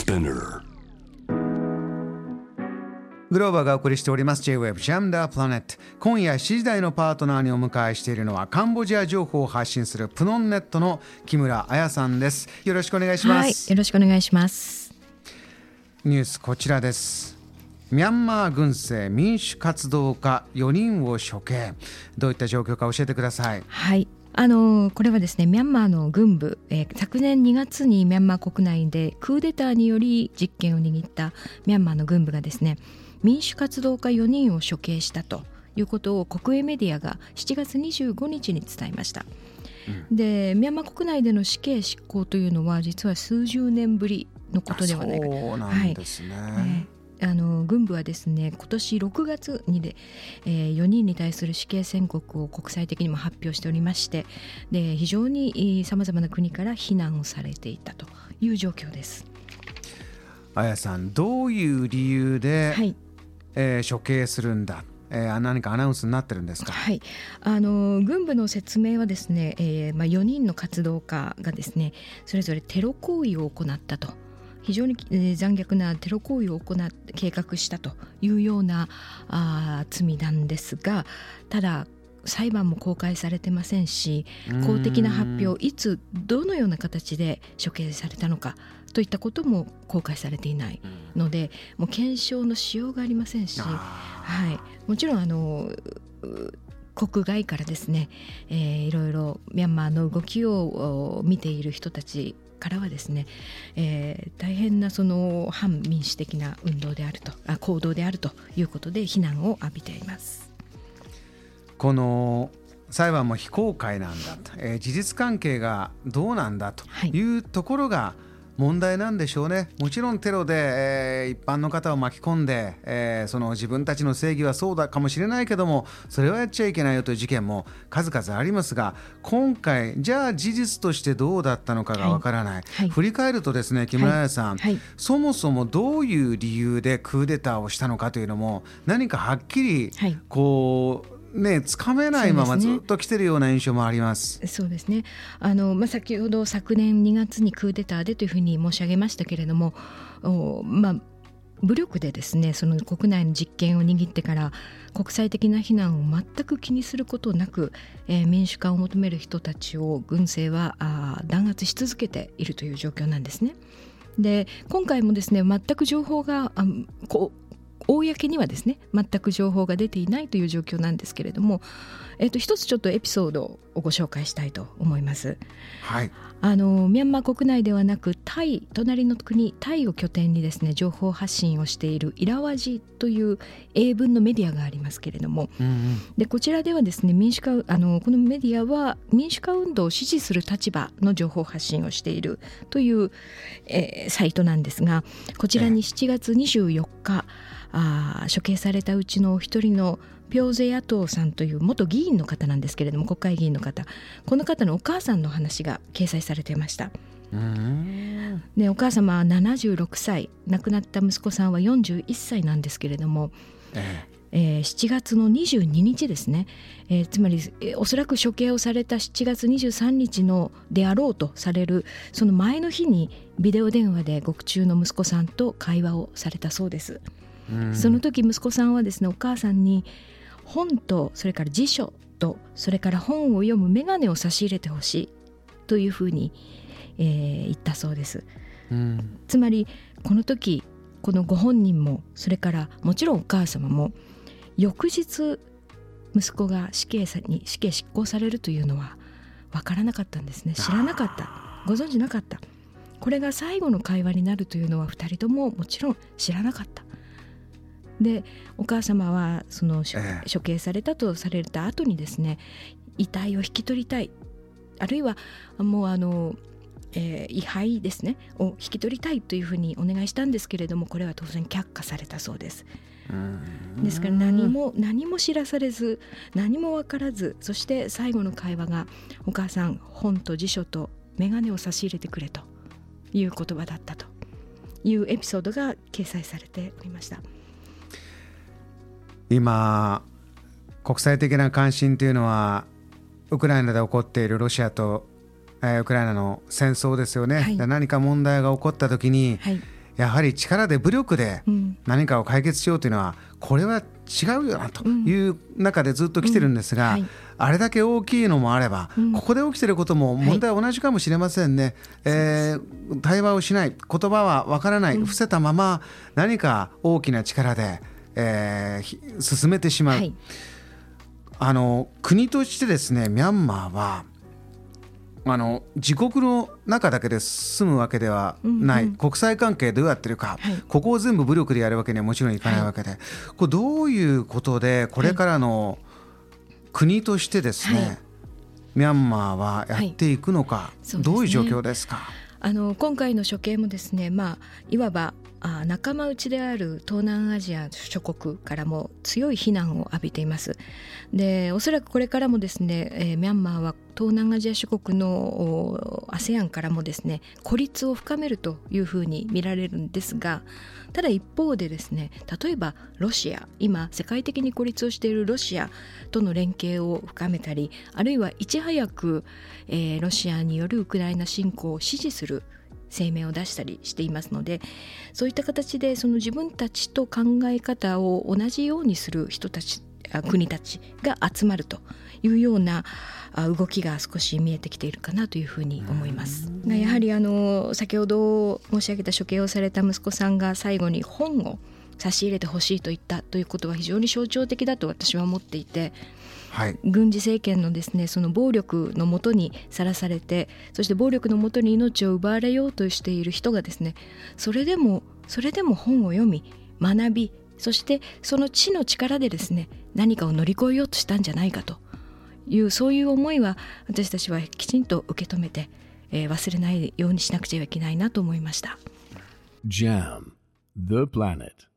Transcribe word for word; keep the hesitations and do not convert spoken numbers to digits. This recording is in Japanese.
Spinner。 グローバーがお送りしております J-Web Jam the Planet。 今夜しちじ台のパートナーにお迎えしているのはカンボジア情報を発信するプノンネットの木村彩さんです。よろしくお願いします。 はい、よろしくお願いします。 ニュースこちらです。ミャンマー軍政民主活動家よにんを処刑。どういった状況か教えてください。 はい、あのこれはですね、ミャンマーの軍部、えー、昨年にがつにミャンマー国内でクーデターにより実権を握ったミャンマーの軍部がですね、民主活動家よにんを処刑したということを国営メディアがしちがつにじゅうごにちに伝えました。うん、でミャンマー国内での死刑執行というのは実は数十年ぶりのことではないか。 そうなんですね。はい、 えー、あの軍部はですね、今年ろくがつにで、えー、よにんに対する死刑宣告を国際的にも発表しておりまして、で非常にさまざまな国から非難をされていたという状況です。 あやさん、どういう理由で、はい、えー、処刑するんだ、えー、何かアナウンスになってるんですか。 はい、あの軍部の説明はですね、えーまあ、よにんの活動家がですね、それぞれテロ行為を行ったと、非常に、えー、残虐なテロ行為を行っ計画したというようなあ罪なんですが、ただ裁判も公開されてませんし、公的な発表、いつどのような形で処刑されたのかといったことも公開されていないので、もう検証のしようがありませんし、はい、もちろんあの国外からですね、えー、いろいろミャンマーの動きを見ている人たちからはですね、えー、大変なその反民主的な運動であるとあ行動であるということで非難を浴びています。 この裁判も非公開なんだと、えー、事実関係がどうなんだというところが問題なんでしょうね。もちろんテロで、えー、一般の方を巻き込んで、えー、その自分たちの正義はそうだかもしれないけども、それはやっちゃいけないよという事件も数々ありますが、今回じゃあ事実としてどうだったのかがわからない、はいはい、振り返るとですね、木村彩さん、はいはい、そもそもどういう理由でクーデターをしたのかというのも何かはっきりこう、はいね、つかめないままずっと来てるような印象もあります。 そうですね。あの、まあ、先ほど昨年にがつにクーデターでというふうに申し上げましたけれども、お、まあ、武力でですね、その国内の実権を握ってから国際的な非難を全く気にすることなく、えー、民主化を求める人たちを軍政はあ弾圧し続けているという状況なんですね。で今回もですね、全く情報があこう公にはですね全く情報が出ていないという状況なんですけれども、えー、と一つちょっとエピソードをご紹介したいと思います。 はい、 あのミャンマー国内ではなくタイ、隣の国タイを拠点にですね情報発信をしているイラワジという英文のメディアがありますけれども、うんうん、でこちらではですね民主化あのこのメディアは民主化運動を支持する立場の情報発信をしているという、えー、サイトなんですが、こちらにしちがつにじゅうよっか、あ処刑されたうちの一人のピョーゼ野党さんという元議員の方なんですけれども、国会議員の方、この方のお母さんの話が掲載されていました。うーんでお母様はななじゅうろくさい、亡くなった息子さんはよんじゅういっさいなんですけれども、えええー、しちがつのにじゅうににちですね、えー、つまり、えー、おそらく処刑をされたしちがつにじゅうさんにちのであろうとされるその前の日にビデオ電話で獄中の息子さんと会話をされたそうです。その時息子さんはですね、お母さんに本とそれから辞書とそれから本を読む眼鏡を差し入れてほしいというふうに、えー、言ったそうです。うん、つまりこの時このご本人もそれからもちろんお母様も翌日息子が死刑に死刑執行されるというのは分からなかったんですね。知らなかった、ご存じなかった。これが最後の会話になるというのはふたりとももちろん知らなかった。でお母様はその処刑されたとされた後にですね、遺体を引き取りたい、あるいはもうあの、えー、位牌ですねを引き取りたいというふうにお願いしたんですけれども、これは当然却下されたそうです。ですから何も何も知らされず何も分からず、そして最後の会話がお母さん本と辞書と眼鏡を差し入れてくれという言葉だったというエピソードが掲載されておりました。 今国際的な関心というのはウクライナで起こっているロシアと、えー、ウクライナの戦争ですよね。はい、何か問題が起こった時に、はいやはり力で武力で何かを解決しようというのはこれは違うよなという中でずっと来てるんですが、あれだけ大きいのもあれば、ここで起きてることも問題は同じかもしれませんね、えー、対話をしない、言葉はわからない、伏せたまま何か大きな力で、えー、進めてしまう、はい、あの国としてですね、ミャンマーはあの自国の中だけで済むわけではない、うんうん、国際関係どうやってるか、はい、ここを全部武力でやるわけにはもちろんいかないわけで、はい、これどういうことでこれからの国としてですね、はい、ミャンマーはやっていくのか、はい、どういう状況ですか。 あの今回の処刑もですね、まあ、いわばあ仲間内である東南アジア諸国からも強い非難を浴びています。でおそらくこれからもですね、えー、ミャンマーは東南アジア諸国の アセアン からもですね孤立を深めるというふうに見られるんですが、ただ一方でですね、例えばロシア、今世界的に孤立をしているロシアとの連携を深めたり、あるいはいち早く、えー、ロシアによるウクライナ侵攻を支持する声明を出したりしていますので、そういった形でその自分たちと考え方を同じようにする人たち、国たちが集まるというような動きが少し見えてきているかなというふうに思います。やはりあの先ほど申し上げた処刑をされた息子さんが最後に本を差し入れてほしいと言ったということは非常に象徴的だと私は思っていて、はい、軍事政権のですね、その暴力の下にさらされて、そして暴力の下に命を奪われようとしている人がですね、それでもそれでも本を読み学び、そしてその知の力でですね何かを乗り越えようとしたんじゃないかという、そういう思いは私たちはきちんと受け止めて、えー、忘れないようにしなくちゃいけないなと思いました。 ジャム The Planet